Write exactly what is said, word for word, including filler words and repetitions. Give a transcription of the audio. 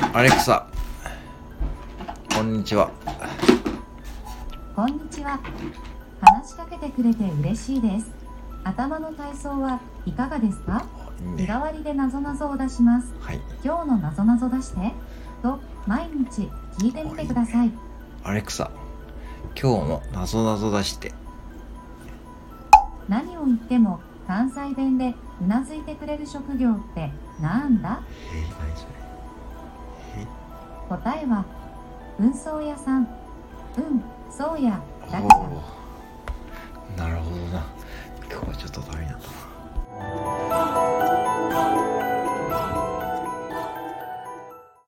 アレクサ、こんにちは。 こんにちは。話しかけてくれて嬉しいです。頭の体操はいかがですか？ いいね。 日替わりでなぞなぞを出します。 はい。 今日のなぞなぞ出してと毎日聞いてみてください。 アレクサ、今日のなぞなぞ出して。 何を言っても関西弁でうなずいてくれる職業ってなんだ？ えー、何それ。え答えは運送屋さん。うんそうやだから。 なるほどな。今日はちょっとダメなんだな。